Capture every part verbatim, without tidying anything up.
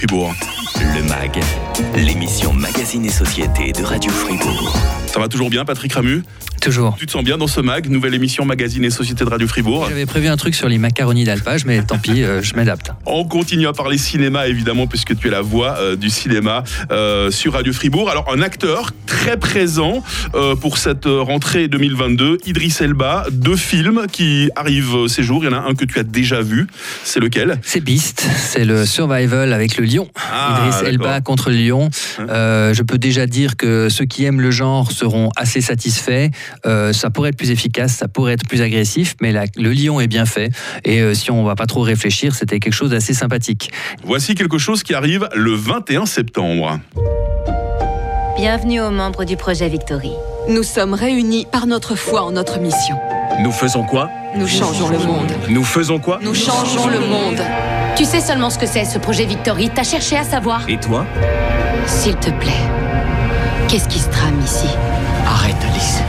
Fribourg. Le Mag, l'émission Magazine et Société de Radio Fribourg. Ça va toujours bien, Patrick Ramu ? Toujours. Tu te sens bien dans ce mag, nouvelle émission Magazine et Société de Radio Fribourg. J'avais prévu un truc sur les macaronis d'alpage, mais tant pis, euh, je m'adapte. On continue à parler cinéma, évidemment, puisque tu es la voix euh, du cinéma euh, sur Radio Fribourg. Alors, un acteur très présent euh, pour cette rentrée deux mille vingt-deux, Idriss Elba, deux films qui arrivent ces jours. Il y en a un que tu as déjà vu. C'est lequel ? C'est Beast, c'est le survival avec le lion. Ah, Idriss d'accord. Elba contre le lion. Euh, je peux déjà dire que ceux qui aiment le genre seront assez satisfaits. Euh, ça pourrait être plus efficace, ça pourrait être plus agressif, mais la, le lion est bien fait. Et euh, si on ne va pas trop réfléchir, c'était quelque chose d'assez sympathique. Voici quelque chose qui arrive le vingt et un septembre. Bienvenue aux membres du projet Victory. Nous sommes réunis par notre foi en notre mission. Nous faisons quoi ? Nous changeons le monde. Nous faisons quoi ? Nous changeons le monde. Tu sais seulement ce que c'est, ce projet Victory. T'as cherché à savoir. Et toi ? S'il te plaît, qu'est-ce qui se trame ici ? Arrête, Alice.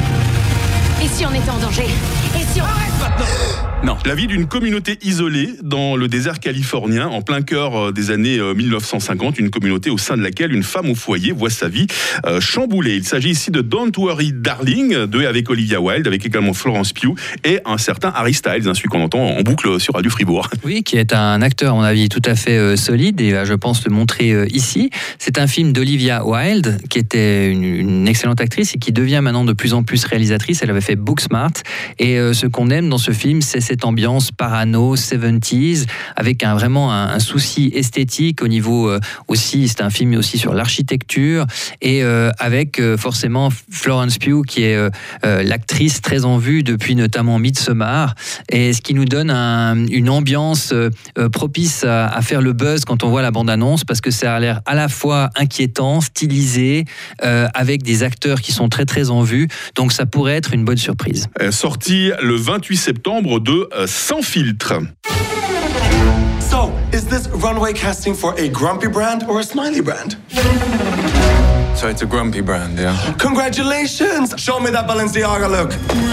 Et si on était en danger ? Et si on... Arrête maintenant ! Non. La vie d'une communauté isolée dans le désert californien, en plein cœur des années dix-neuf cent cinquante, une communauté au sein de laquelle une femme au foyer voit sa vie euh, chamboulée. Il s'agit ici de Don't Worry Darling, de avec Olivia Wilde, avec également Florence Pugh et un certain Harry Styles, hein, celui qu'on entend en boucle sur Radio Fribourg. Oui, qui est un acteur, à mon avis, tout à fait euh, solide et euh, je pense le montrer euh, ici. C'est un film d'Olivia Wilde, qui était une, une excellente actrice et qui devient maintenant de plus en plus réalisatrice. Elle avait fait Booksmart et euh, ce qu'on aime dans ce film, c'est cette ambiance parano, soixante-dix, avec un, vraiment un, un souci esthétique au niveau euh, aussi, c'est un film aussi sur l'architecture, et euh, avec euh, forcément Florence Pugh, qui est euh, euh, l'actrice très en vue depuis notamment Midsommar, et ce qui nous donne un, une ambiance euh, propice à, à faire le buzz quand on voit la bande-annonce, parce que ça a l'air à la fois inquiétant, stylisé, euh, avec des acteurs qui sont très très en vue, donc ça pourrait être une bonne surprise. Euh, sorti le vingt-huit septembre de euh, Sans filtre. So, is this runway casting for a grumpy brand or a smiley brand? So it's a grumpy brand, yeah? Congratulations! Show me that Balenciaga look.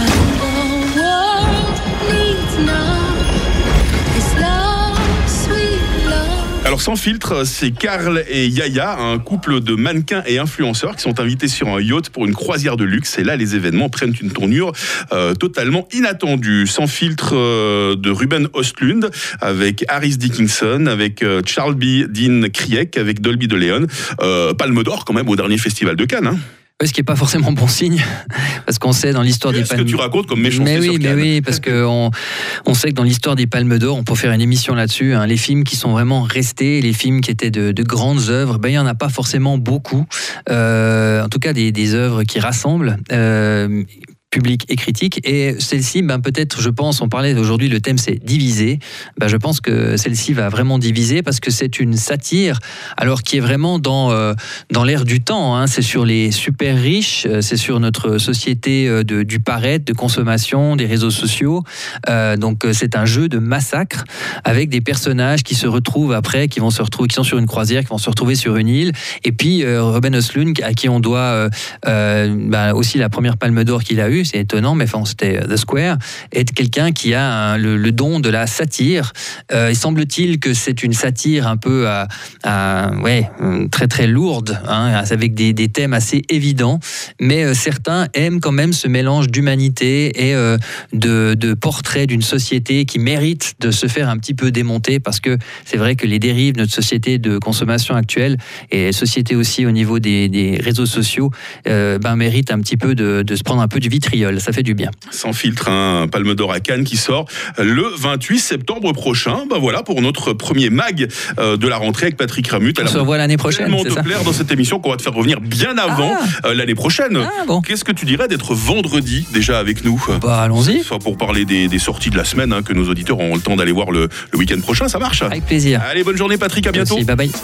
Alors Sans filtre, c'est Karl et Yaya, un couple de mannequins et influenceurs qui sont invités sur un yacht pour une croisière de luxe. Et là, les événements prennent une tournure euh, totalement inattendue. Sans filtre euh, de Ruben Östlund, avec Harris Dickinson, avec euh, Charles B. Dean Kriek, avec Dolby de Leon. Euh, Palme d'or quand même au dernier festival de Cannes. Hein. Ce qui n'est pas forcément bon signe, parce qu'on sait dans l'histoire des palmes... Qu'est-ce que tu racontes comme méchanceté mais oui, sur Cannes ? Mais oui, parce qu'on on sait que dans l'histoire des Palmes d'Or, on peut faire une émission là-dessus, hein, les films qui sont vraiment restés, les films qui étaient de, de grandes œuvres, ben, il n'y en a pas forcément beaucoup, euh, en tout cas des, des œuvres qui rassemblent... Euh, public et critique, et celle-ci, ben peut-être, je pense, on parlait aujourd'hui, le thème c'est diviser, ben je pense que celle-ci va vraiment diviser, parce que c'est une satire, alors qui est vraiment dans, euh, dans l'air du temps, hein. C'est sur les super riches, c'est sur notre société de, du paraître, de consommation, des réseaux sociaux, euh, donc c'est un jeu de massacre, avec des personnages qui se retrouvent après, qui vont se retrouver, qui sont sur une croisière, qui vont se retrouver sur une île, et puis euh, Ruben Östlund, à qui on doit euh, euh, ben aussi la première Palme d'Or qu'il a eue, c'est étonnant, mais enfin, c'était The Square, est quelqu'un qui a un, le, le don de la satire. Euh, il semble-t-il que c'est une satire un peu à, à, ouais, très très lourde, hein, avec des, des thèmes assez évidents, mais euh, certains aiment quand même ce mélange d'humanité et euh, de, de portrait d'une société qui mérite de se faire un petit peu démonter, parce que c'est vrai que les dérives de notre société de consommation actuelle, et société aussi au niveau des, des réseaux sociaux, euh, ben, méritent un petit peu de, de se prendre un peu du vitriol. Ça fait du bien. Sans filtre, un Palme d'Or à Cannes qui sort le vingt-huit septembre prochain. Ben voilà pour notre premier mag euh, de la rentrée avec Patrick Ramu. On se revoit l'année prochaine. Tellement c'est te ça plaire dans cette émission qu'on va te faire revenir bien avant ah. euh, l'année prochaine. Ah, bon. Qu'est-ce que tu dirais d'être vendredi déjà avec nous ? Bah allons-y. Soit pour parler des, des sorties de la semaine, hein, que nos auditeurs auront le temps d'aller voir le, le week-end prochain. Ça marche ? Avec plaisir. Allez, bonne journée Patrick, à bientôt. Merci, bye bye.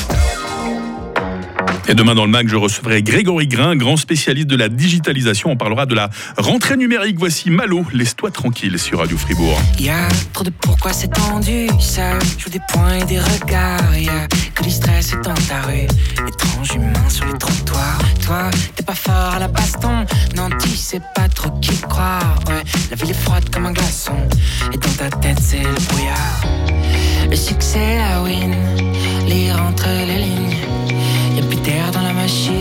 Et demain dans le mag, je recevrai Grégory Grain, grand spécialiste de la digitalisation. On parlera de la rentrée numérique. Voici Malo, laisse-toi tranquille sur Radio Fribourg. Y'a trop de pourquoi c'est tendu, ça joue des points et des regards. Y'a que du stress dans ta rue, étrange humain sur les trottoirs. Toi, t'es pas fort à la baston, non tu sais pas trop qui croire. Ouais, la ville est froide comme un glaçon, et dans ta tête c'est le brouillard. Le succès, la win, les entre les lignes. Y'a plus d'air dans la machine.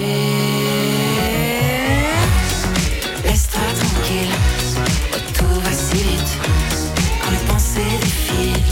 Laisse-toi tranquille, oh, tout va si vite quand les pensées défilent.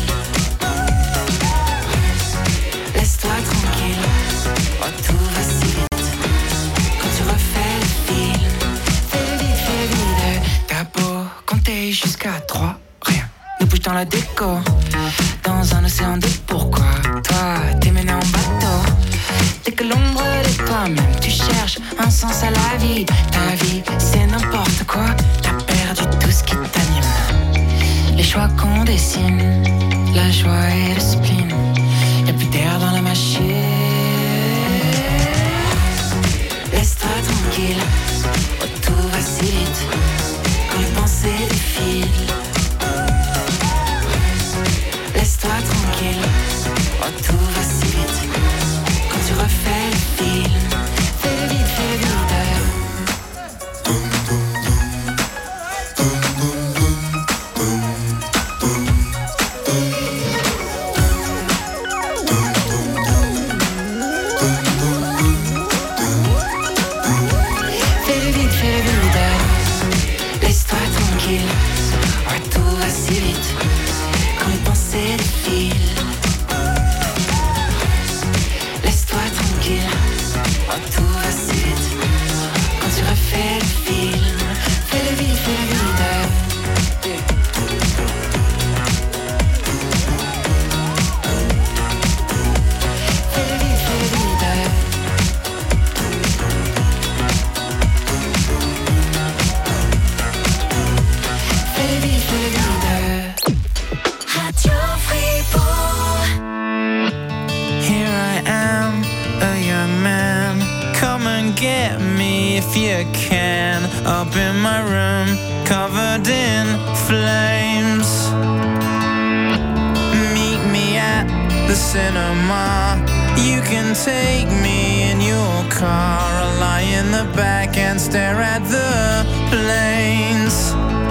Laisse-toi tranquille, oh, tout va si vite quand tu refais le film. Fais vite, fais vite. T'as beau compter jusqu'à trois, rien ne bouge dans la déco. Dans un océan de pourquoi, toi t'es mené en bateau. Dès que l'ombre de toi-même, tu cherches un sens à la vie. Ta vie, c'est n'importe quoi, t'as perdu tout ce qui t'anime. Les choix qu'on dessine, la joie et le spleen. Y'a plus d'air dans la machine. Laisse-toi tranquille, oh, tout va si vite quand les pensées défilent. Laisse-toi tranquille, oh, tout va si vite quand tu refais le film. Fais vite, fais vite. Fais vite, fais vite. Laisse-toi tranquille, oh, tout va si vite quand les pensées défilent. Laisse-toi tranquille, oh, tout va si vite quand tu refais le film. Fais-le vite, fais-le vite. Fais-le vite, fais-le vite. Fais-le vite, fais-le vite. Radio Fribourg. Here I am, a young man. Come and get me if you can. Up in my room, covered in flames. Meet me at the cinema. You can take me in your car. I'll lie in the back and stare at the planes.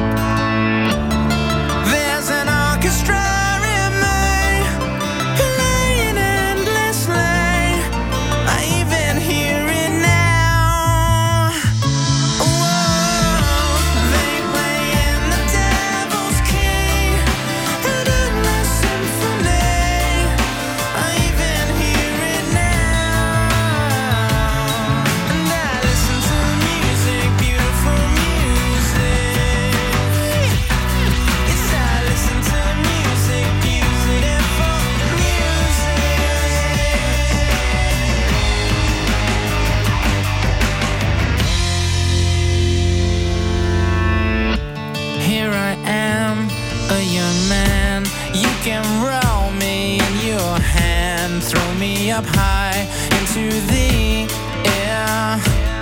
There's an orchestra in me, playing endlessly. I even hear it now. Whoa, they playing the devil's key, an endless symphony. I even hear it now. And I listen to music, beautiful music. Yes, I listen to music, beautiful music. Here I am, a young man. You can roll me in your hand, throw me up high into the air.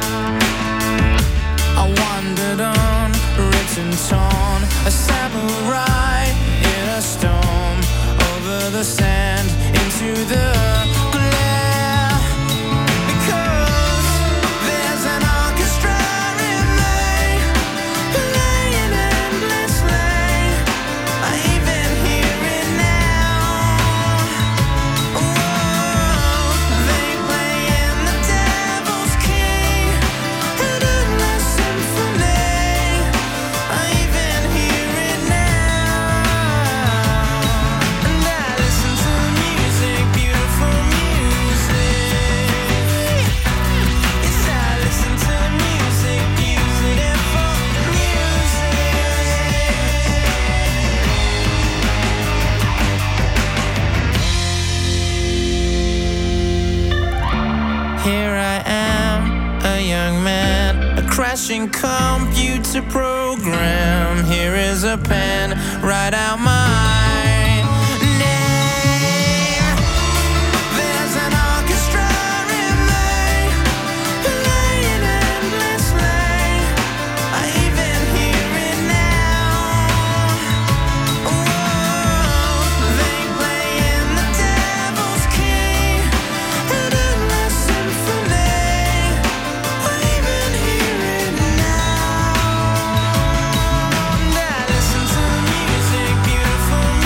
I wandered on, written torn, a samurai in a storm, over the sand, into the glare. Because there's an orchestra in me, playing endlessly. I even hear it now. Whoa, they playing the devil's key, an endless symphony. I even hear it now. And I listen to music, beautiful music. Yes, I listen to music, beautiful music. Here I am, a young man, a crashing computer program. Here is a pen, write out my name. There's an orchestra in me, playing endlessly. I even hear it now. Whoa, they playing the devil's key, an endless symphony. I even hear it now. And I listen to music, beautiful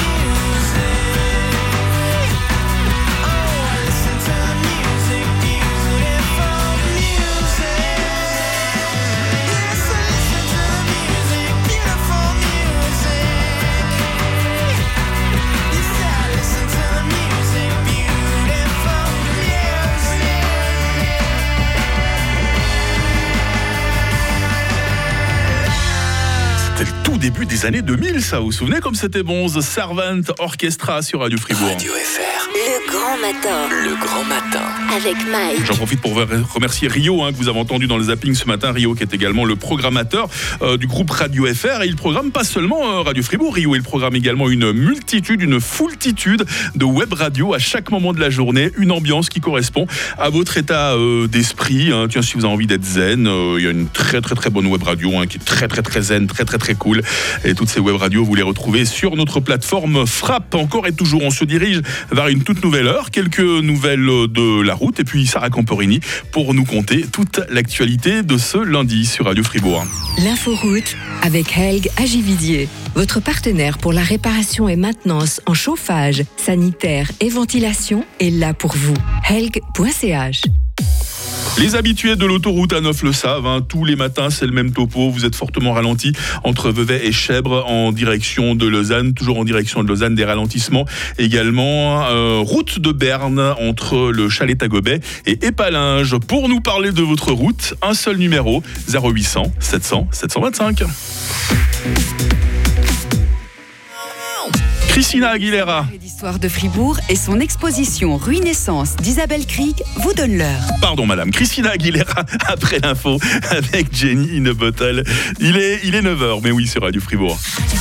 début des années deux mille, ça. Vous vous souvenez comme c'était bon, The Servant Orchestra sur Radio Fribourg. Radio F R. Le grand matin. Le grand matin. Avec Mike. J'en profite pour remercier Rio, hein, que vous avez entendu dans le zapping ce matin. Rio qui est également le programmateur euh, du groupe Radio F R. Et il programme pas seulement euh, Radio Fribourg. Rio, il programme également une multitude, une foultitude de web radio à chaque moment de la journée. Une ambiance qui correspond à votre état euh, d'esprit. Hein. Tiens, si vous avez envie d'être zen, euh, il y a une très très très bonne web radio hein, qui est très très très zen, très très très cool. Et toutes ces web radios, vous les retrouvez sur notre plateforme Frappe. Encore et toujours, on se dirige vers une toute nouvelle heure. Quelques nouvelles de la route. Et puis Sarah Camporini pour nous conter toute l'actualité de ce lundi sur Radio Fribourg. L'inforoute avec Helg Agividier, votre partenaire pour la réparation et maintenance en chauffage, sanitaire et ventilation est là pour vous. helg point c h. Les habitués de l'autoroute A neuf le savent, hein, tous les matins c'est le même topo, vous êtes fortement ralenti entre Vevey et Chèvre en direction de Lausanne, toujours en direction de Lausanne, des ralentissements également, euh, route de Berne entre le Chalet Tagobet et Épalinges. Pour nous parler de votre route, un seul numéro, zéro huit cents sept cents sept cent vingt-cinq. Christina Aguilera. L'histoire de Fribourg et son exposition Ruinescence d'Isabelle Krieg vous donne l'heure. Pardon madame, Christina Aguilera après l'info avec Jenny in a Bottle. Il est, il est neuf heures, mais oui, sur Radio Fribourg.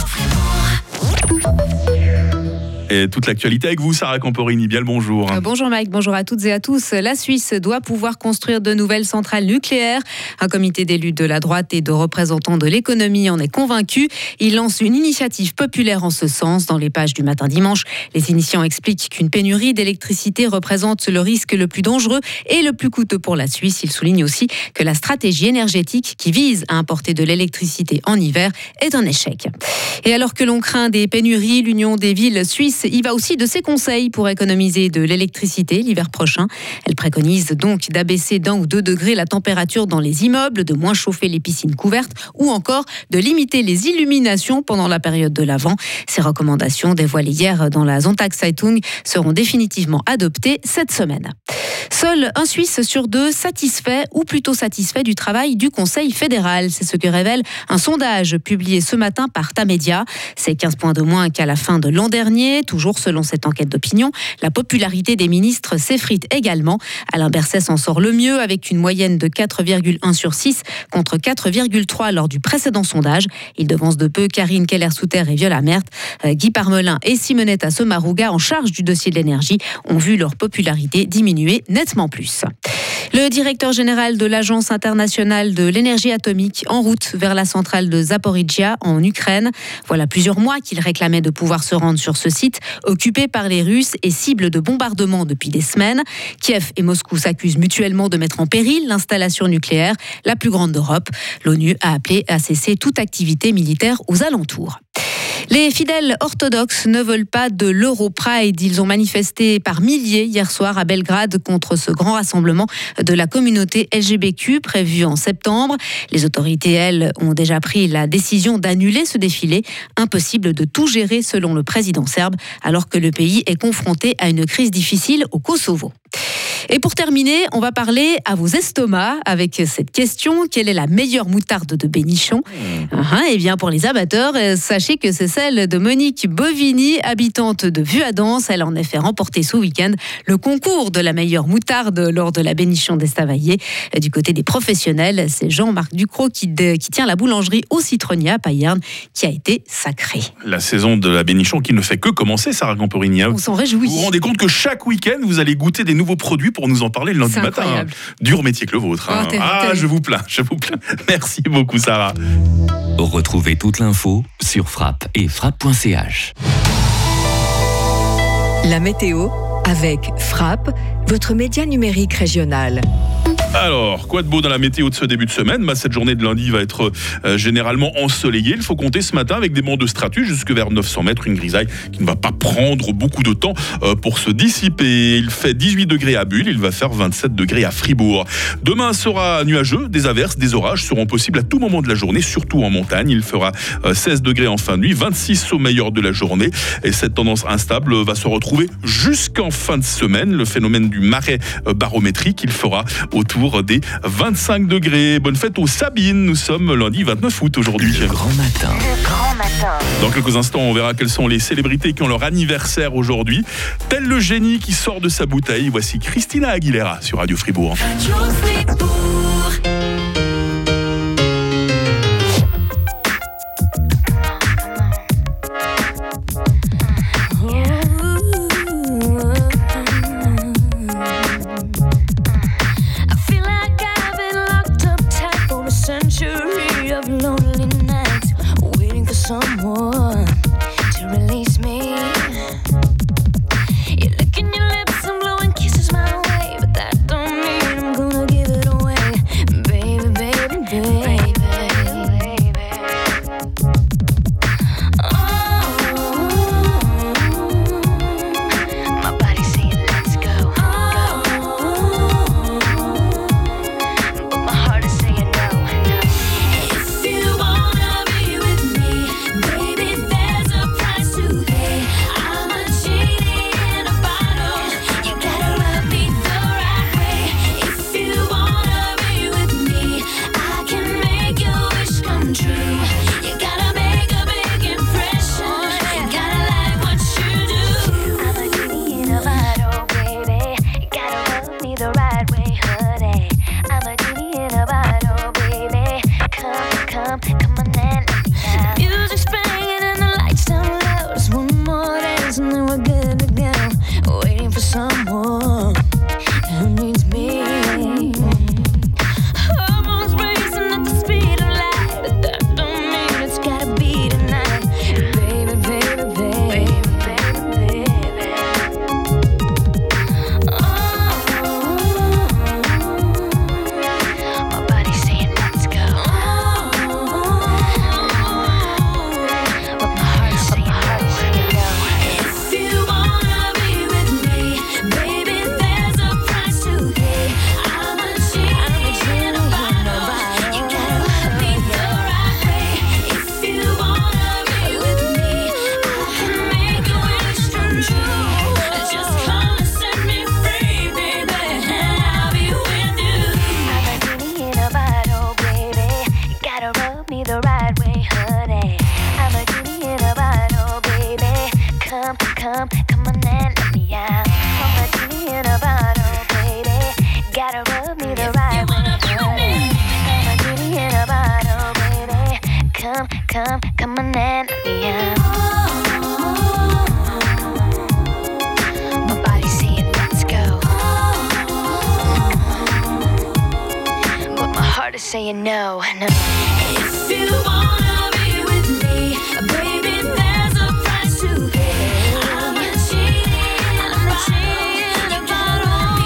Et toute l'actualité avec vous, Sarah Camporini. Bien le bonjour. Euh, bonjour Mike, bonjour à toutes et à tous. La Suisse doit pouvoir construire de nouvelles centrales nucléaires. Un comité d'élus de la droite et de représentants de l'économie en est convaincu. Il lance une initiative populaire en ce sens. Dans les pages du Matin Dimanche, les initiants expliquent qu'une pénurie d'électricité représente le risque le plus dangereux et le plus coûteux pour la Suisse. Ils soulignent aussi que la stratégie énergétique qui vise à importer de l'électricité en hiver est un échec. Et alors que l'on craint des pénuries, l'Union des villes suisses y va aussi de ses conseils pour économiser de l'électricité l'hiver prochain. Elle préconise donc d'abaisser d'un ou deux degrés la température dans les immeubles, de moins chauffer les piscines couvertes ou encore de limiter les illuminations pendant la période de l'Avent. Ces recommandations dévoilées hier dans la Sonntagszeitung seront définitivement adoptées cette semaine. Seul un Suisse sur deux satisfait ou plutôt satisfait du travail du Conseil fédéral. C'est ce que révèle un sondage publié ce matin par Tamedia. C'est quinze points de moins qu'à la fin de l'an dernier. Toujours selon cette enquête d'opinion, la popularité des ministres s'effrite également. Alain Berset s'en sort le mieux avec une moyenne de quatre virgule un sur six contre quatre virgule trois lors du précédent sondage. Il devance de peu Karine Keller-Souter et Viola Merthe. Guy Parmelin et Simonetta Sommaruga, en charge du dossier de l'énergie, ont vu leur popularité diminuer nettement plus. Le directeur général de l'Agence internationale de l'énergie atomique en route vers la centrale de Zaporizhzhia en Ukraine. Voilà plusieurs mois qu'il réclamait de pouvoir se rendre sur ce site, occupé par les Russes et cible de bombardements depuis des semaines. Kiev et Moscou s'accusent mutuellement de mettre en péril l'installation nucléaire, la plus grande d'Europe. L'ONU a appelé à cesser toute activité militaire aux alentours. Les fidèles orthodoxes ne veulent pas de l'Europride. Ils ont manifesté par milliers hier soir à Belgrade contre ce grand rassemblement de la communauté L G B T Q prévu en septembre. Les autorités, elles, ont déjà pris la décision d'annuler ce défilé. Impossible de tout gérer selon le président serbe, alors que le pays est confronté à une crise difficile au Kosovo. Et pour terminer, on va parler à vos estomacs avec cette question: quelle est la meilleure moutarde de Bénichon? mmh. uh-huh, Eh bien, pour les amateurs, sachez que c'est celle de Monique Bovini, habitante de Vuadens. Elle en a fait remporter ce week-end le concours de la meilleure moutarde lors de la Bénichon d'Estavayer. Du côté des professionnels, c'est Jean-Marc Ducrot qui, de, qui tient la boulangerie au Citronnier à Payerne qui a été sacré. La saison de la Bénichon qui ne fait que commencer, Sarah Camporini. On s'en réjouit. Vous vous rendez compte que chaque week-end, vous allez goûter des nouveaux produits pour nous en parler le lundi c'est matin. Incroyable. Dur métier que le vôtre. Hein. Oh, t'es, ah, t'es... je vous plains, je vous plains. Merci beaucoup, Sarah. Retrouvez toute l'info sur Frappe et frappe point c h. La météo avec Frappe, votre média numérique régional. Alors, quoi de beau dans la météo de ce début de semaine? bah, Cette journée de lundi va être euh, généralement ensoleillée. Il faut compter ce matin avec des bancs de stratus jusque vers neuf cents mètres, une grisaille qui ne va pas prendre beaucoup de temps euh, pour se dissiper. Il fait dix-huit degrés à Bulle, il va faire vingt-sept degrés à Fribourg. Demain sera nuageux, des averses, des orages seront possibles à tout moment de la journée, surtout en montagne. Il fera euh, seize degrés en fin de nuit, vingt-six au meilleur de la journée. Et cette tendance instable va se retrouver jusqu'en fin de semaine. Le phénomène du marais euh, barométrique, il fera autour autour des vingt-cinq degrés. Bonne fête aux Sabines, nous sommes lundi vingt-neuf août aujourd'hui. Le grand matin. Le grand matin. Dans quelques instants, on verra quelles sont les célébrités qui ont leur anniversaire aujourd'hui. Tel le génie qui sort de sa bouteille, voici Christina Aguilera sur Radio Fribourg. Someone to release me. You're licking your lips and blowing kisses my way, but that don't mean I'm gonna give it away, baby, baby, baby, baby. Oh, my body's saying let's go, oh, but my heart is saying no, no. If you wanna be with me, baby, there's a price to pay. I'm a genie in a bottle. You gotta love me the right way. If you wanna be with me, I can make your wish come true. You gotta make a big impression. You gotta like what you do. I'm a genie in a bottle, baby. You gotta love me the right way, honey. I'm a genie in a bottle, baby. Come, come, come on and let me out. Music's playing and the lights down low. Just one more dance and then we're good to go. Waiting for someone who needs me. Hormones racing at the speed of light, but that don't mean it's gotta be tonight. Baby, baby, baby, baby, baby. Oh, my body's saying let's go. But my heart's saying no. If you wanna be with me, baby, there's a price to pay. I'm a genie in a bottle. You gotta love me the right way. If you wanna be with me, I can make your wish come true. Just come and set me free, baby, and I'll be with you. I'm a genie in a bottle, baby. You gotta rub me the right way, honey. I'm a genie in a bottle, baby. Come, come, come on and let me out. I'm a genie in a bottle, baby. Gotta rub me the right way, honey. I'm a genie in a bottle, baby. Come, come, come on and let me out. My body's saying let's go, but my heart is saying no, no. If you wanna be with me, baby, there's a price to pay. I'm a genie, I'm a genie in a bottle.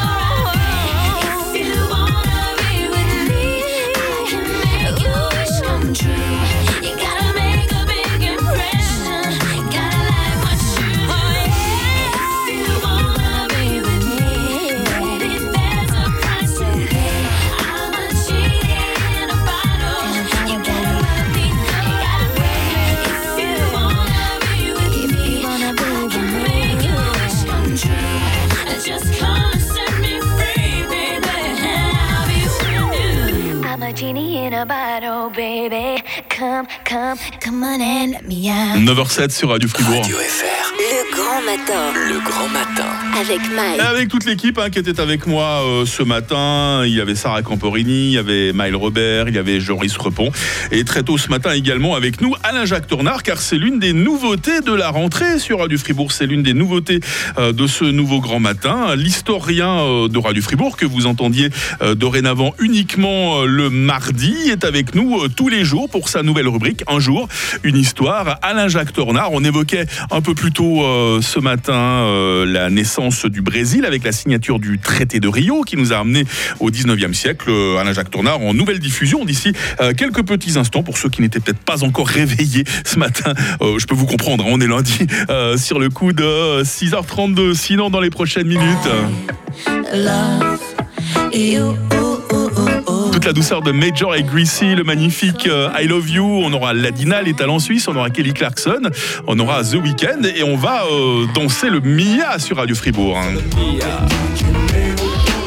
If you wanna be with me, I can make your wish come true. You gotta make a big impression. Gotta like what you do. If you wanna be with me, baby, there's a price to pay. I'm a genie in a bottle. You gotta love me the right way. If you wanna be with me, I can make your wish come true. Just come and set me free, baby, and I'll be with you. I'm a genie in a bottle, baby. Come, come, come on and let me out. neuf heures zéro sept sur Radio Fribourg. Radio F R. Le grand matin. Le grand matin. Avec Maël. Et avec toute l'équipe hein, qui était avec moi euh, ce matin, il y avait Sarah Camporini, il y avait Maël Robert, il y avait Joris Repon. Et très tôt ce matin également avec nous, Alain-Jacques Tornard, car c'est l'une des nouveautés de la rentrée sur Radio Fribourg. C'est l'une des nouveautés euh, de ce nouveau grand matin. L'historien euh, de Radio Fribourg, que vous entendiez euh, dorénavant uniquement euh, le mardi, est avec nous euh, tous les jours pour sa nouvelle rubrique, Un jour, une histoire. Alain-Jacques Tornard, on évoquait un peu plus tôt euh, ce matin euh, la naissance du Brésil avec la signature du traité de Rio qui nous a amené au dix-neuvième siècle. Euh, Alain-Jacques Tornard en nouvelle diffusion d'ici euh, quelques petits instants pour ceux qui n'étaient peut-être pas encore réveillés ce matin. Euh, je peux vous comprendre, hein, on est lundi euh, sur le coup de six heures trente-deux. Sinon, dans les prochaines minutes... Love you. Toute la douceur de Major et Greasy, le magnifique euh, I Love You. On aura Ladina, les talents suisses, on aura Kelly Clarkson, on aura The Weeknd et on va euh, danser le Mia sur Radio Fribourg. Hein.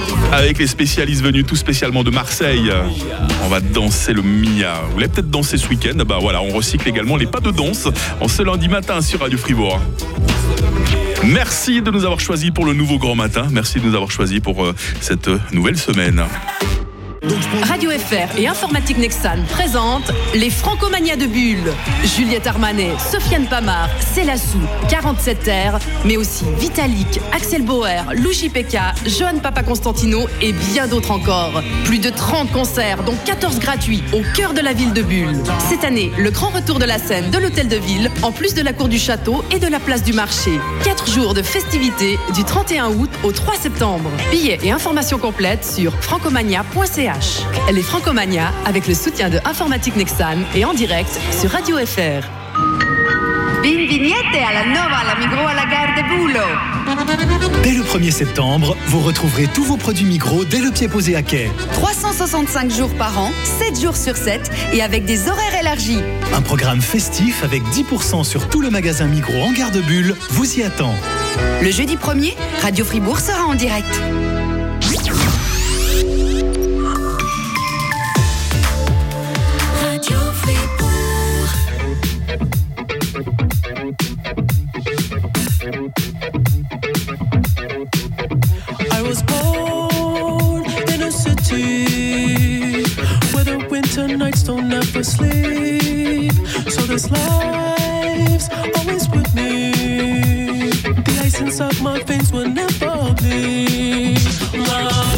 Avec les spécialistes venus tout spécialement de Marseille. On va danser le Mia. Vous l'avez peut-être dansé ce week-end. Bah voilà, on recycle également les pas de danse en ce lundi matin sur Radio Fribourg. Merci de nous avoir choisis pour le nouveau Grand Matin. Merci de nous avoir choisis pour euh, cette euh, nouvelle semaine. Radio F R et Informatique Nexan présentent les Francomania de Bulle. Juliette Armanet, Sofiane Pamar, Célassou, quarante-sept R, mais aussi Vitalik, Axel Bauer, Luigi Pekka, Johan Papa Constantino et bien d'autres encore. Plus de trente concerts, dont quatorze gratuits, au cœur de la ville de Bulle. Cette année, le grand retour de la scène de l'Hôtel de Ville, en plus de la cour du château et de la place du marché. Quatre jours de festivités du trente et un août au trois septembre. Billets et informations complètes sur francomania point c h. Les Francomania avec le soutien de Informatique Nexan et en direct sur Radio F R. Bienvenue à la Nova, la Migros à la gare de Boulot. Dès le premier septembre, vous retrouverez tous vos produits Migros dès le pied posé à quai. trois cent soixante-cinq jours par an, sept jours sur sept et avec des horaires élargis. Un programme festif avec dix pour cent sur tout le magasin Migros en gare de Bulle vous y attend. Le jeudi premier, Radio Fribourg sera en direct. I was born in a city where the winter nights don't ever sleep. So this life's always with me. The ice inside my veins will never bleed. Love.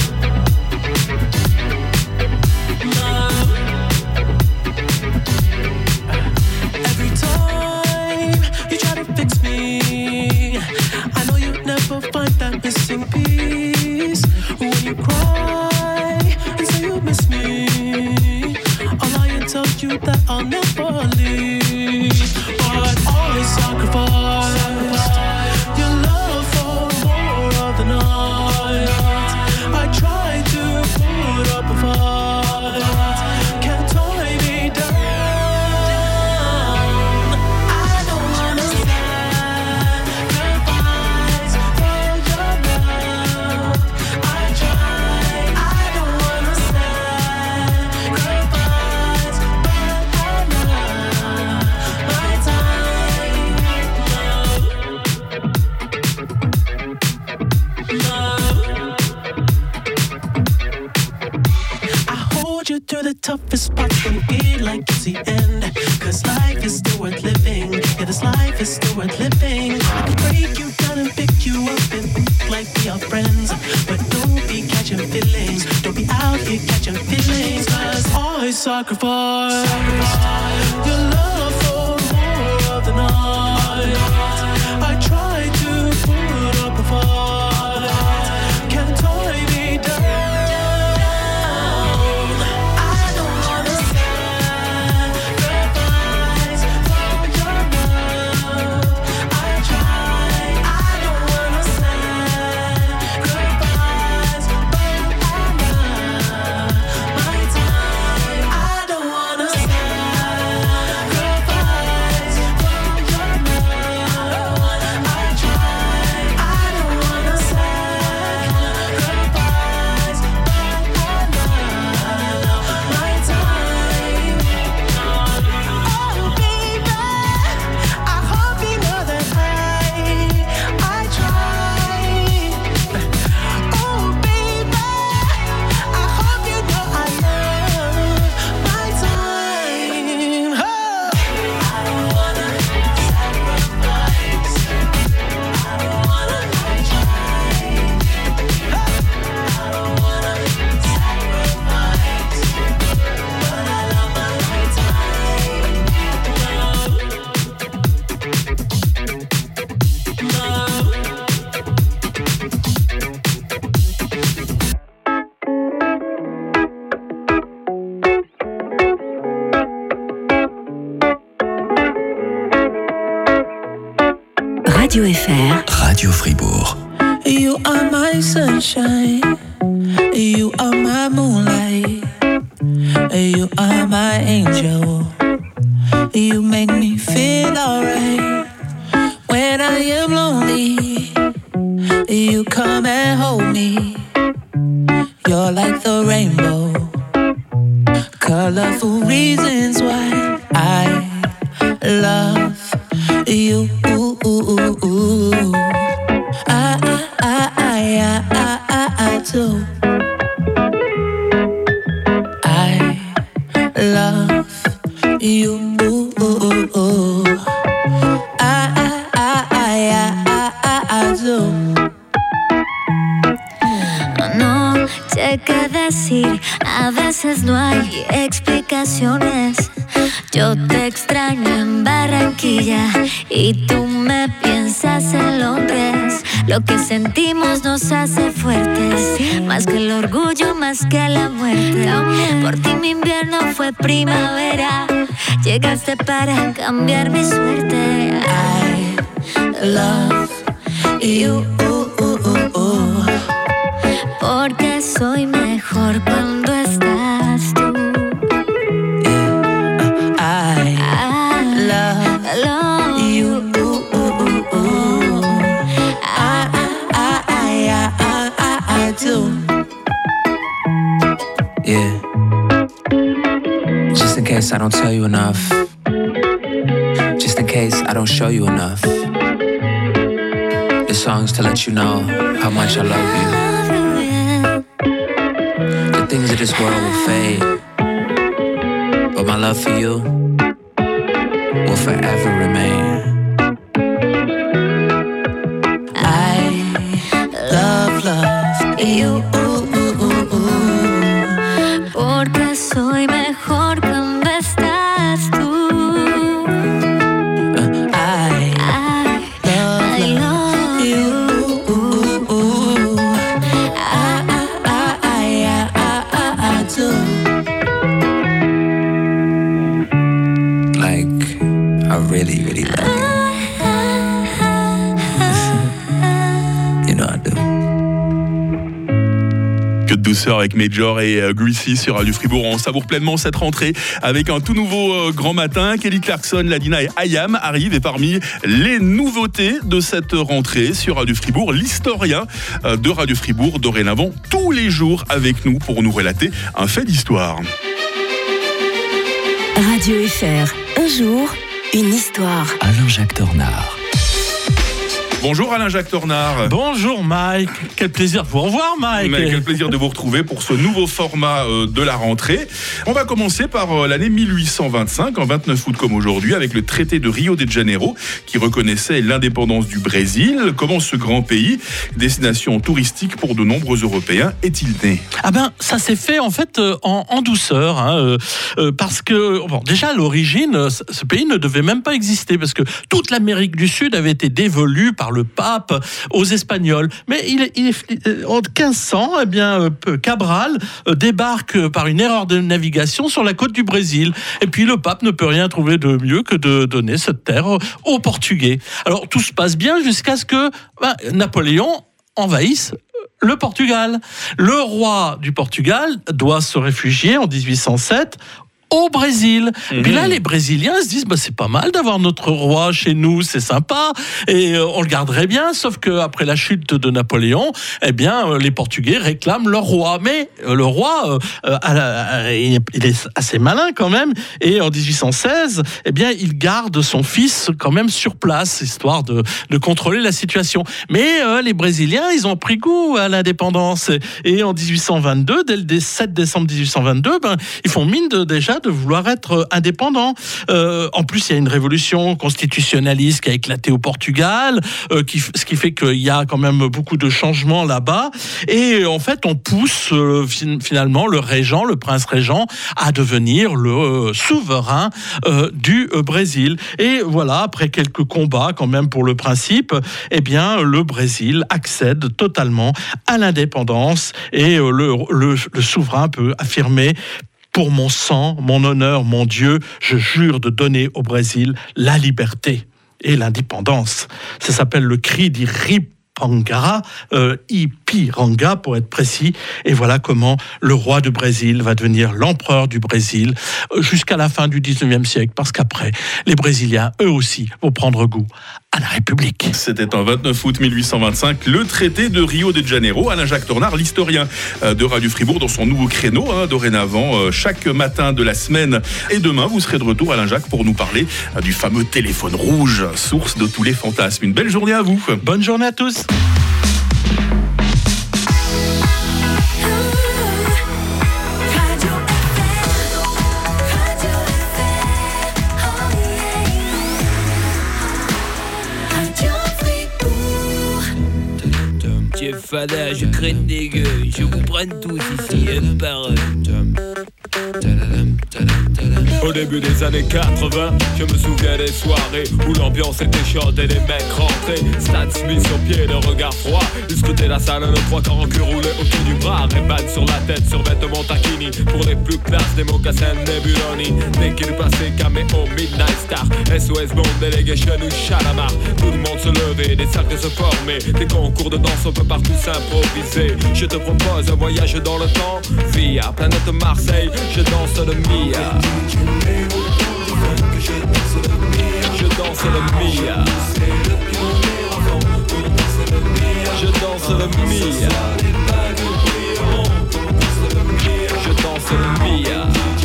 Find that missing piece when you cry and say you miss me. I'll lie and tell you that I'll never leave, but always sacrifice your love for more of the night. I try to put up a fight, can't tie me down. I don't wanna to the toughest parts when you feel like it's the end. Cause life is still worth living. Yeah, this life is still worth living. I can break you down and pick you up and think like we are friends. But don't be catching feelings. Don't be out here catching feelings. Cause I sacrifice, sacrifice your love for more of the night. I try to put up a fight, can't tie me down. Radio F R. Radio Fribourg. You are my sunshine. You are my moonlight. You are my angel. You make me feel alright. When I am lonely, you come and hold me. You're like the rainbow, colorful reasons why I love you. I, I, I, I, I, I, I do. I love you. I, I, I, I, I, I, I do. No sé qué decir, a veces no hay explicaciones. Yo te extraño en Barranquilla y tú me piensas en Londres. Lo que sentimos nos hace fuertes, más que el orgullo, más que la muerte. Por ti mi invierno fue primavera, llegaste para cambiar mi suerte. I love you. Porque soy mejor cuando estás tú. I, I love, love you. I, I, I, I, I, I, I do. Yeah. Just in case I don't tell you enough. Just in case I don't show you enough. This song's to let you know how much I love you. The things of this world will fade, but my love for you will forever remain. I love, love you. Porque soy mejor cuando estás tú. I, I, love, I love you. I, I, I, I, I, I do. Like, I really, really love you. You know I do. Que de douceur avec Major et euh, Greasy sur Radio Fribourg. On savoure pleinement cette rentrée avec un tout nouveau euh, grand matin. Kelly Clarkson, Ladina et Ayam arrivent, et parmi les nouveautés de cette rentrée sur Radio Fribourg, l'historien euh, de Radio Fribourg, dorénavant tous les jours avec nous pour nous relater un fait d'histoire. Radio F R, un jour, une histoire. Alain-Jacques Tornard. Bonjour Alain-Jacques Tornard. Bonjour Mike, quel plaisir de vous revoir Mike. Mais quel plaisir de vous retrouver pour ce nouveau format euh, de la rentrée. On va commencer par euh, l'année mille huit cent vingt-cinq, en vingt-neuf août comme aujourd'hui, avec le traité de Rio de Janeiro qui reconnaissait l'indépendance du Brésil. Comment ce grand pays, destination touristique pour de nombreux Européens, est-il né ? Ah ben ça s'est fait en fait euh, en, en douceur, hein, euh, euh, parce que bon, déjà à l'origine, ce pays ne devait même pas exister parce que toute l'Amérique du Sud avait été dévolue par le pape aux Espagnols. Mais il, il, en quinze cents, eh bien, Cabral débarque par une erreur de navigation sur la côte du Brésil. Et puis le pape ne peut rien trouver de mieux que de donner cette terre aux Portugais. Alors tout se passe bien jusqu'à ce que ben, Napoléon envahisse le Portugal. Le roi du Portugal doit se réfugier en dix-huit cent sept au Brésil. Mmh. Puis là, les Brésiliens se disent bah, c'est pas mal d'avoir notre roi chez nous, c'est sympa, et euh, on le garderait bien, sauf qu'après la chute de Napoléon, eh bien, euh, les Portugais réclament leur roi. Mais euh, le roi, euh, euh, il est assez malin quand même, et en dix-huit cent seize, eh bien, il garde son fils quand même sur place, histoire de, de contrôler la situation. Mais euh, les Brésiliens, ils ont pris goût à l'indépendance, et, et en dix-huit cent vingt-deux, dès le sept décembre dix-huit cent vingt-deux, ben, ils font mine de déjà de vouloir être indépendants. Euh, en plus, il y a une révolution constitutionnaliste qui a éclaté au Portugal, euh, qui, ce qui fait qu'il y a quand même beaucoup de changements là-bas. Et en fait, on pousse euh, finalement le régent, le prince régent, à devenir le euh, souverain euh, du euh, Brésil. Et voilà, après quelques combats quand même pour le principe, eh bien, le Brésil accède totalement à l'indépendance et euh, le, le, le souverain peut affirmer: pour mon sang, mon honneur, mon Dieu, je jure de donner au Brésil la liberté et l'indépendance. Ça s'appelle le cri d'Ipiranga, euh, Ipiranga pour être précis. Et voilà comment le roi du Brésil va devenir l'empereur du Brésil jusqu'à la fin du dix-neuvième siècle, parce qu'après, les Brésiliens, eux aussi, vont prendre goût à la République. C'était un vingt-neuf août mille huit cent vingt-cinq, le traité de Rio de Janeiro. Alain-Jacques Tornard, l'historien de Radio Fribourg, dans son nouveau créneau, hein, dorénavant, chaque matin de la semaine. Et demain, vous serez de retour, Alain-Jacques, pour nous parler du fameux téléphone rouge, source de tous les fantasmes. Une belle journée à vous. Bonne journée à tous. Fada, je craigne des gueux, je vous prenne tous ici un par un. Au début des années quatre-vingts, je me souviens des soirées où l'ambiance était chaude et les mecs rentraient. Stan Smith sur pied, le regard froid. Ils scrutaient la salle, le trois quarts en cul roulé autour du bras. Ray-Ban sur la tête, sur vêtements taquini. Pour les plus classes, des mocassins Nebuloni. Dès qu'il passait, caméo, Midnight Star, S O S Bond, Delegation ou Chalamar. Tout le monde se levait, des cercles se formaient. Des concours de danse, on peut partout s'improviser. Je te propose un voyage dans le temps via planète Marseille, je danse le Mia. Je danse le Mia. Je danse le Mia. Je danse le Mia.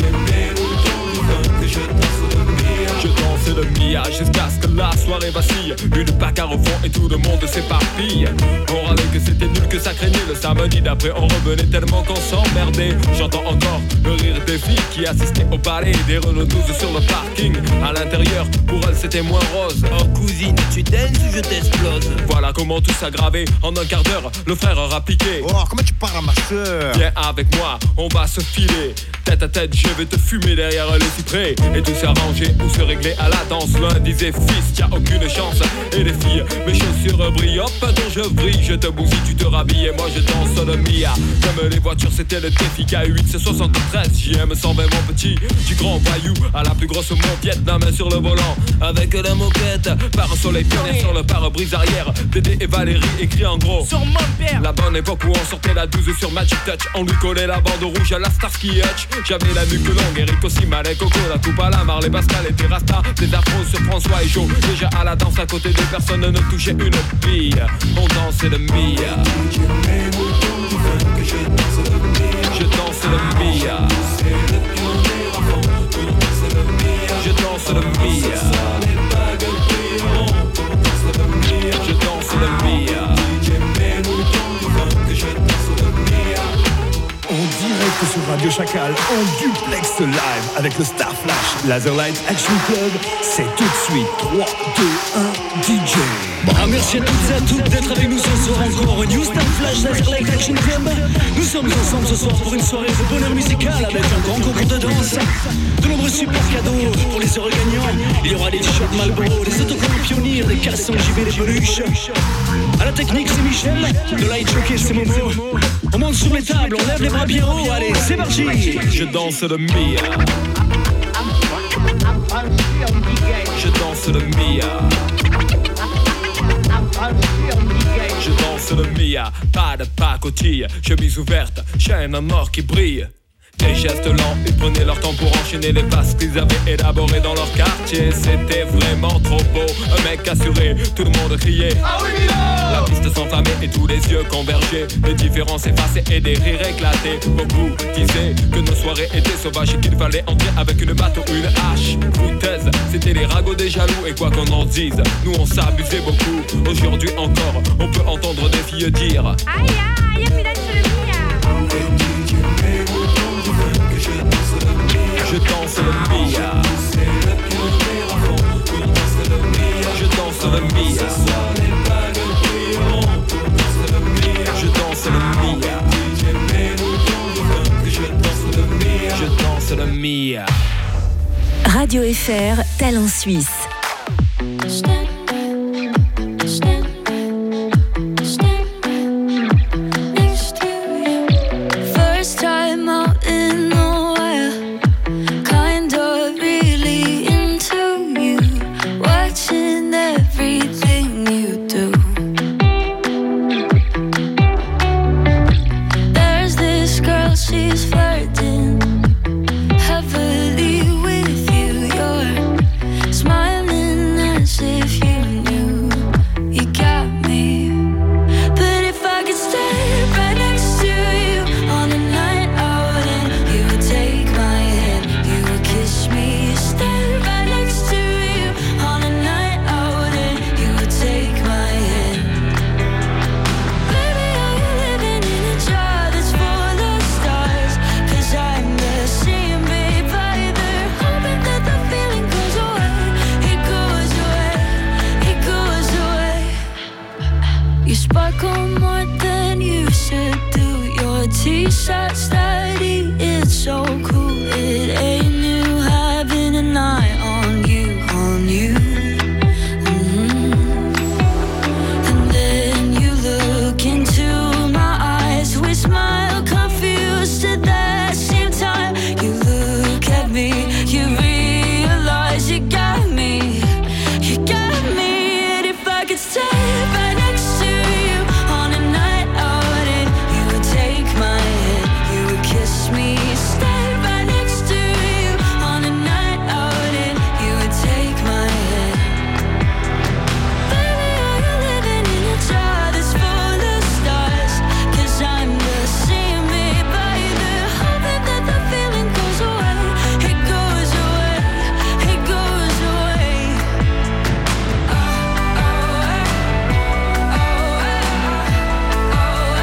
Je danse le Mia jusqu'à ce que la soirée vacille. Une bagarre au fond et tout le monde s'éparpille. On râlait que c'était nul, que ça craignait. Le samedi d'après on revenait tellement qu'on s'emmerdait. J'entends encore le rire des filles qui assistaient au ballet. Des Renault douze sur le parking. À l'intérieur, pour elles c'était moins rose. Oh cousine, tu danses ou je t'explose? Voilà comment tout s'aggravait. En un quart d'heure, le frère aura piqué. Oh, comment tu parles à ma soeur? Viens avec moi, on va se filer. Tête à tête, je vais te fumer derrière les cyprès. Et tout s'arranger ou se régler à la danse. L'un disait fils, y'a aucune chance. Et les filles, mes chaussures brillent. Hop, dont je brille, je te bousille, tu te rhabilles. Et moi je danse le Mia. Comme les voitures, c'était le défi. K huit, c'est soixante-treize, J M cent vingt, mon petit. Du grand voyou à la plus grosse mon Vietnam sur le volant. Avec la moquette, par un soleil pionnier sur le pare-brise arrière. Dédé et Valérie écrit en gros sur mon père. La bonne époque où on sortait la douze sur Magic Touch. On lui collait la bande rouge à la Starsky Hutch. J'avais la nuque longue, Eric aussi, Malek, Coco, la coupe à la Marley, Pascal et Terrasta. Des afros sur François et Joe. Déjà à la danse à côté de personne ne touchait une bille. On dansait le Mia. Je danse le Mia. Je danse le Mia. Je danse le Mia. En direct sur Radio Chacal, en duplex live avec le Star Flash Laserlight Action Club. C'est tout de suite trois, deux, un, D J. Ah, merci à toutes et à toutes d'être avec nous ce soir encore au New Star Flash Laserlight Action Club. Nous sommes ensemble ce soir pour une soirée de bonheur musical avec un grand concours de danse, de nombreux super cadeaux pour les heureux gagnants. Il y aura des t-shirts Marlboro, des autocollants Pionnier, des caleçons J B, des peluches. À la technique c'est Michel, de light jockey c'est Momo. On monte sur les tables, on lève les bras bien haut, allez c'est parti. Je danse le Mia. Je danse le Mia. Je danse le Mia, pas de pacotille, chemise ouverte, chaîne en or qui brille. Des gestes lents, ils prenaient leur temps pour enchaîner les passes qu'ils avaient élaborées dans leur quartier. C'était vraiment trop beau, un mec assuré, tout le monde criait ah oui, la piste s'enflammait et tous les yeux convergeaient. Les différences effacées et des rires éclatés. Beaucoup disaient que nos soirées étaient sauvages et qu'il fallait entrer avec une batte ou une hache. Foutaise, c'était les ragots des jaloux et quoi qu'on en dise, nous on s'abusait beaucoup. Aujourd'hui encore, on peut entendre des filles dire aïe aïe, aïe, je danse le Mia. Je danse le Mia. Je danse le Mia. Je danse le Mia. Radio F R, talent suisse. Smile smile, confused at the same time. You look at me, you realize you got me, you got me. And if I could stay right next to you on a night out, and you would take my hand, you would kiss me. Stay right next to you on a night out, and you would take my hand. Baby, are you living in a jar that's full of stars? 'Cause I'm just seeing me by the hoping that the feeling goes away. It goes away, it goes away. Oh, oh, oh, oh,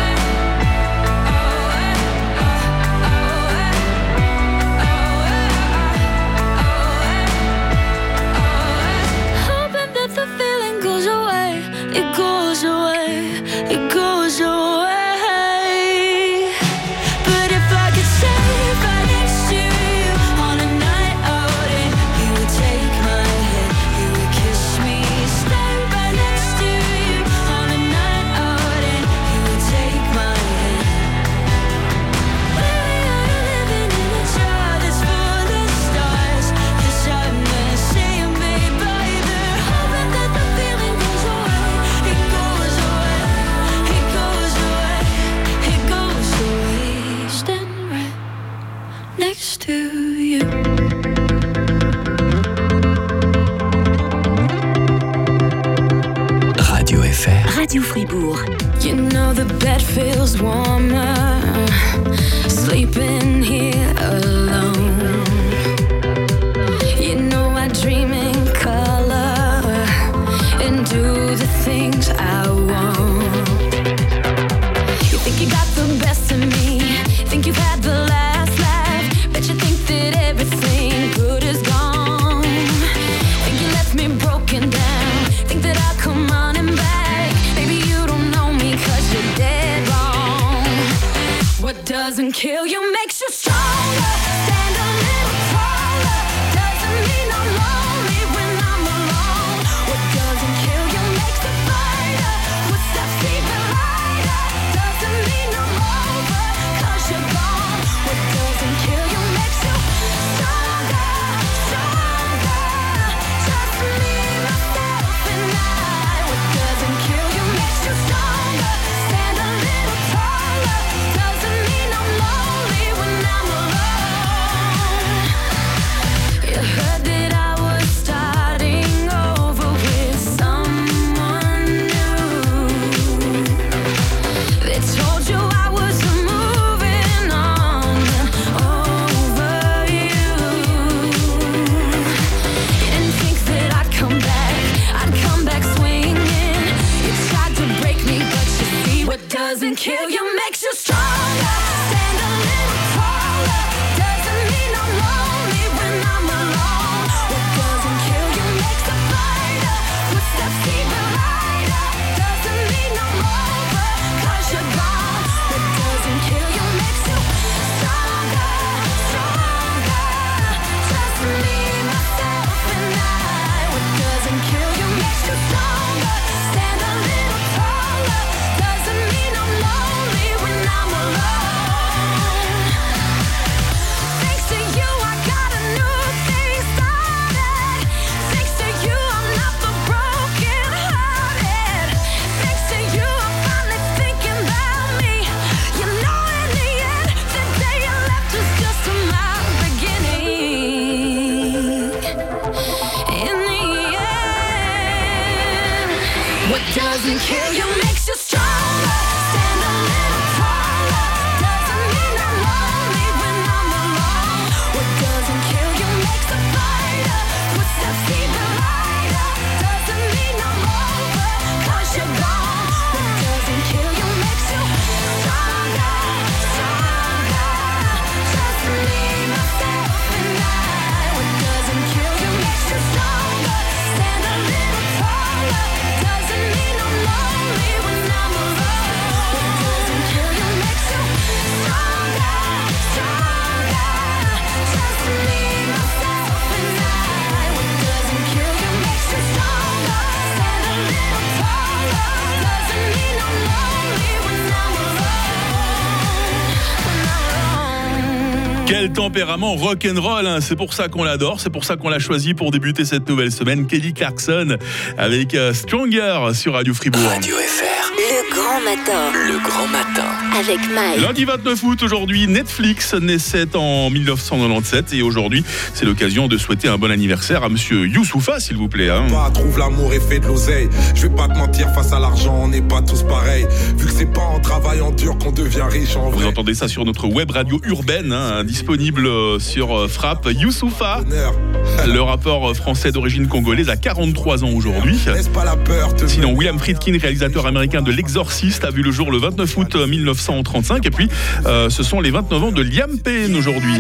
hoping that the feeling goes away. It goes away, it goes away. But if I could stay right next to you on a night out, and you would take my hand, you would kiss me. Stay right next to you on a night out, and you would take my hand. Baby, are you living in a jar that's full of stars? 'Cause I'm not seeing me by the hoping that the feeling goes away. It goes away, it goes away, it goes away. Stand right next to you. Radio F R. Radio Fribourg. You know the bed feels warmer, sleeping here alone. You know I dream in color and do the things I want. You think you got the best of me, think you've had the last laugh, bet you think that everything good is gone. Think you left me broken down, think that I'll come running back. Baby, you don't know me 'cause you're dead wrong. What doesn't kill you makes you stronger. Stand a little taller. Doesn't mean I'm lonely when I'm alone. What doesn't kill you makes a fighter. Footsteps even lighter. Doesn't mean I'm over 'cause you're gone. What doesn't kill you makes you stronger, stronger. Just me, myself, and I. What doesn't kill you makes you stronger. Stand a little taller. Doesn't mean I'm lonely when I'm alone. You heard that I was starting over with someone new. They told you I was moving on over you. You didn't think that I'd come back, I'd come back swinging. You tried to break me, but you see what doesn't kill you makes you stronger. Stand a little taller. Doesn't mean I'm lonely when I'm alone. What doesn't kill you makes a fighter. Footsteps even lighter. Doesn't mean I'm over 'cause you're gone. What doesn't kill you makes you stronger, stronger. Just me, myself, and I. What doesn't kill you makes you stronger. Stand a little taller. Doesn't mean I'm lonely when I'm alone. Quel tempérament rock'n'roll, hein. C'est pour ça qu'on l'adore, c'est pour ça qu'on l'a choisi pour débuter cette nouvelle semaine. Kelly Clarkson avec euh, Stronger sur Radio Fribourg. Radio F R. Le grand matin. Le grand matin. Avec Mike. Lundi vingt-neuf août, aujourd'hui, Netflix naissait en mille neuf cent quatre-vingt-dix-sept et aujourd'hui, c'est l'occasion de souhaiter un bon anniversaire à Monsieur Youssoufa, s'il vous plaît. Hein. Pas, trouve l'amour et fais de l'oseille. Je vais pas te mentir, face à l'argent, on n'est pas tous pareils. Vu que c'est pas en travaillant dur qu'on devient riche en vrai. Vous entendez ça sur notre web radio urbaine, hein, disponible sur Frappe. Youssoufa, le rappeur français d'origine congolaise, a quarante-trois ans aujourd'hui. Pas la peur, Sinon, William Friedkin, réalisateur américain de L'Exorciste, a vu le jour le vingt-neuf août mille neuf cent trente-cinq. Et puis, euh, ce sont les vingt-neuf ans de Liam Payne aujourd'hui.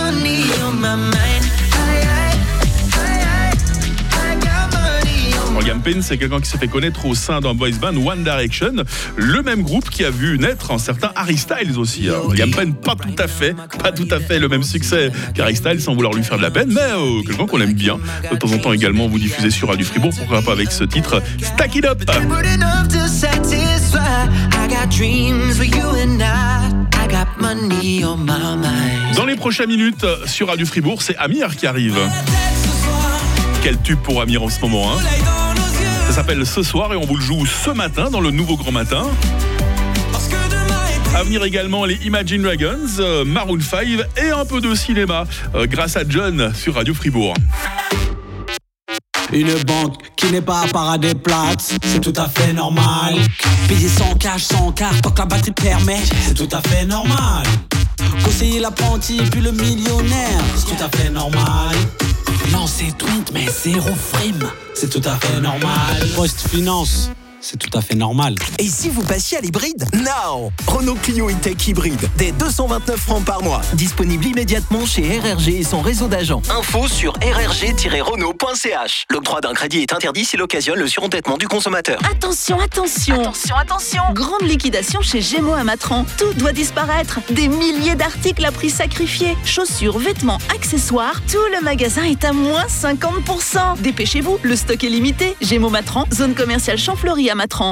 Liam Payne, c'est quelqu'un qui s'est fait connaître au sein d'un boys band One Direction, le même groupe qui a vu naître un certain Harry Styles aussi. Alors, Liam Payne, pas tout à fait, pas tout à fait le même succès qu'Harry Styles, sans vouloir lui faire de la peine, mais euh, quelqu'un qu'on aime bien. De temps en temps également, vous diffusez sur Radio Fribourg, pourquoi pas avec ce titre Stack It Up. Dans les prochaines minutes sur Radio Fribourg, c'est Amir qui arrive. Quel tube pour Amir en ce moment, hein. Ça s'appelle Ce Soir et on vous le joue ce matin dans le nouveau Grand Matin. À venir également les Imagine Dragons, euh, Maroon cinq et un peu de cinéma euh, grâce à John sur Radio Fribourg. Une banque qui n'est pas à paradis plate, c'est tout à fait normal. Payer sans cash, sans carte, tant que la batterie permet, c'est tout à fait normal. Conseiller l'apprenti puis le millionnaire, c'est tout à fait normal. Lancer tweet mais zéro frime, c'est tout à fait normal. Post-finance, c'est tout à fait normal. Et si vous passiez à l'hybride? Non! Renault Clio E-Tech hybride, dès deux cent vingt-neuf francs par mois. Disponible immédiatement chez R R G et son réseau d'agents. Info sur r r g tiret renault point c h. L'octroi d'un crédit est interdit s'il occasionne le surendettement du consommateur. Attention, attention! Attention, attention! Grande liquidation chez Gémeaux à Matran. Tout doit disparaître. Des milliers d'articles à prix sacrifié. Chaussures, vêtements, accessoires. Tout le magasin est à moins cinquante pour cent. Dépêchez-vous, le stock est limité. Gémeaux Matran, zone commerciale Champfleury à Matran.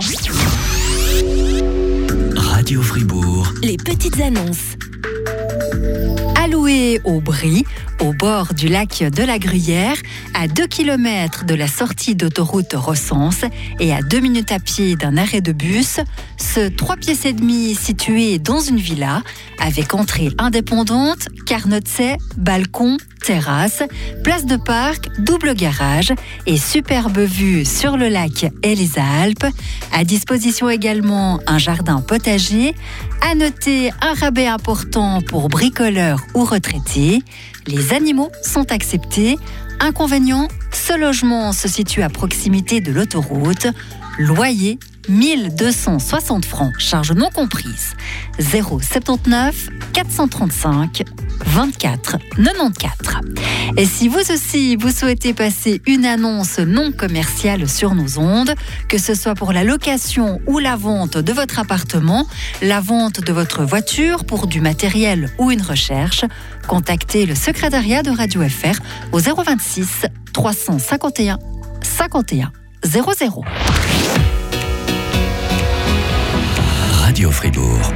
Radio Fribourg. Les petites annonces. Alloué au Brie, au bord du lac de la Gruyère, à deux kilomètres de la sortie d'autoroute Recense et à deux minutes à pied d'un arrêt de bus, ce trois pièces et demi situé dans une villa avec entrée indépendante, carnotset, balcon, terrasse, place de parc, double garage et superbe vue sur le lac et les Alpes. À disposition également un jardin potager. À noter un rabais important pour bricoleurs ou retraités. Les animaux sont acceptés. Inconvénient, ce logement se situe à proximité de l'autoroute. Loyer mille deux cent soixante francs, charges non comprises. zéro soixante-dix-neuf quatre cent trente-cinq vingt-quatre quatre-vingt-quatorze. Et si vous aussi, vous souhaitez passer une annonce non commerciale sur nos ondes, que ce soit pour la location ou la vente de votre appartement, la vente de votre voiture pour du matériel ou une recherche, contactez le secrétariat de Radio F R au zéro vingt-six trois cent cinquante et un cinquante et un zéro zéro. Radio Fribourg.